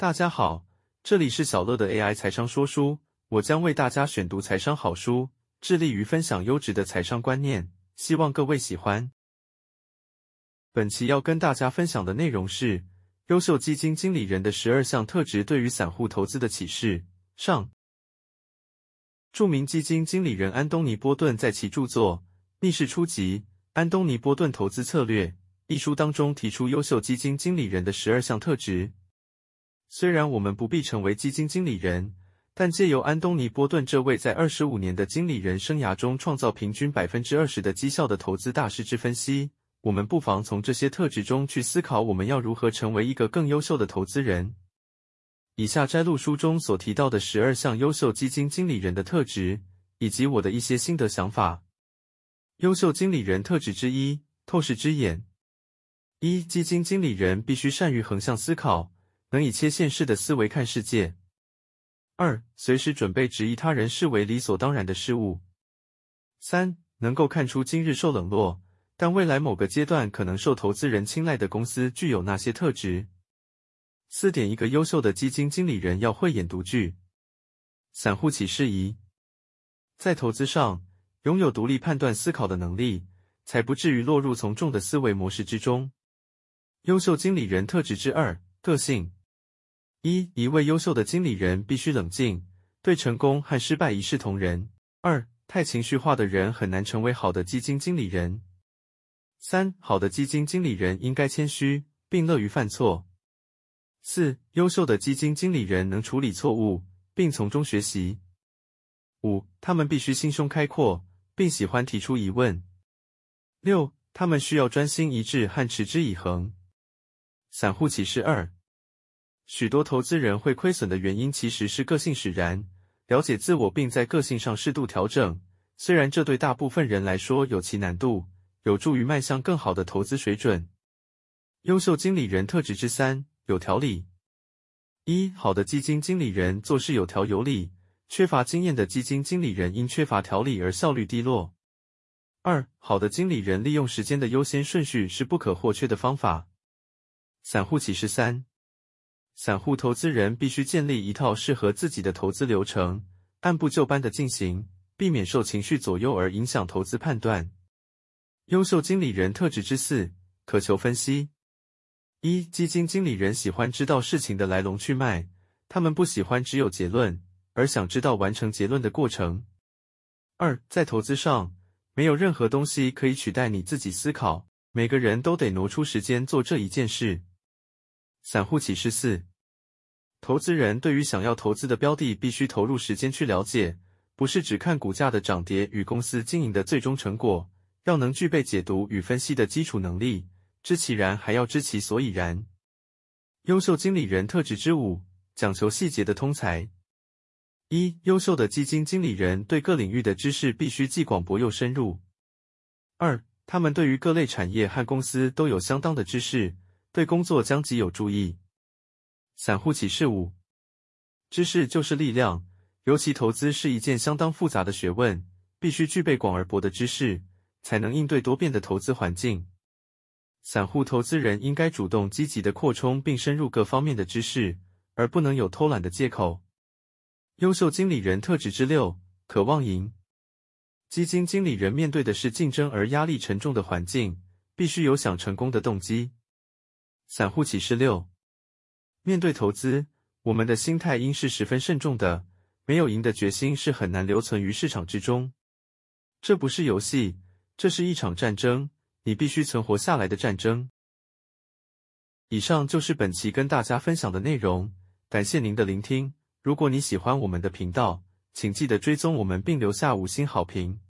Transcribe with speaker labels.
Speaker 1: 大家好，这里是小乐的 AI 财商说书，我将为大家选读财商好书，致力于分享优质的财商观念，希望各位喜欢。本期要跟大家分享的内容是优秀基金经理人的12项特质对于散户投资的启示。上，著名基金经理人安东尼·波顿在其著作《逆势出击：安东尼·波顿投资策略》一书当中提出优秀基金经理人的12项特质。虽然我们不必成为基金经理人，但借由安东尼·波顿这位在25年的经理人生涯中创造平均 20% 的绩效的投资大师之分析，我们不妨从这些特质中去思考我们要如何成为一个更优秀的投资人。以下摘录书中所提到的12项优秀基金经理人的特质，以及我的一些心得想法。优秀经理人特质之一：透视之眼。一、基金经理人必须善于横向思考，能以切线式的思维看世界。2、随时准备质疑他人视为理所当然的事物。3、能够看出今日受冷落，但未来某个阶段可能受投资人青睐的公司具有那些特质。4点，一个优秀的基金经理人要慧眼独具。散户启示一：在投资上，拥有独立判断思考的能力，才不至于落入从众的思维模式之中。优秀经理人特质之2：个性。一位优秀的经理人必须冷静，对成功和失败一视同仁。2、太情绪化的人很难成为好的基金经理人。3、好的基金经理人应该谦虚，并乐于犯错。4、优秀的基金经理人能处理错误，并从中学习。5、他们必须心胸开阔，并喜欢提出疑问。6、他们需要专心一致和持之以恒。散户启示2：许多投资人会亏损的原因其实是个性使然，了解自我并在个性上适度调整，虽然这对大部分人来说有其难度，有助于迈向更好的投资水准。优秀经理人特质之3：有条理。一、好的基金经理人做事有条有理，缺乏经验的基金经理人因缺乏条理而效率低落。2、好的经理人利用时间的优先顺序是不可或缺的方法。散户启示3：散户投资人必须建立一套适合自己的投资流程，按部就班地进行，避免受情绪左右而影响投资判断。优秀经理人特质之4：渴求分析。一、基金经理人喜欢知道事情的来龙去脉，他们不喜欢只有结论，而想知道完成结论的过程。2、在投资上，没有任何东西可以取代你自己思考，每个人都得挪出时间做这一件事。散户启示4：投资人对于想要投资的标的必须投入时间去了解，不是只看股价的涨跌与公司经营的最终成果，要能具备解读与分析的基础能力，知其然还要知其所以然。优秀经理人特质之5：讲求细节的通才。一、优秀的基金经理人对各领域的知识必须既广博又深入。2、他们对于各类产业和公司都有相当的知识，对工作将极有注意。散户启示5：知识就是力量，尤其投资是一件相当复杂的学问，必须具备广而博的知识，才能应对多变的投资环境。散户投资人应该主动积极地扩充并深入各方面的知识，而不能有偷懒的借口。优秀经理人特质之6：渴望赢。基金经理人面对的是竞争而压力沉重的环境，必须有想成功的动机。散户启示6：面对投资，我们的心态应是十分慎重的，没有赢的决心是很难留存于市场之中。这不是游戏，这是一场战争，你必须存活下来的战争。以上就是本期跟大家分享的内容，感谢您的聆听。如果你喜欢我们的频道，请记得追踪我们并留下5星好评。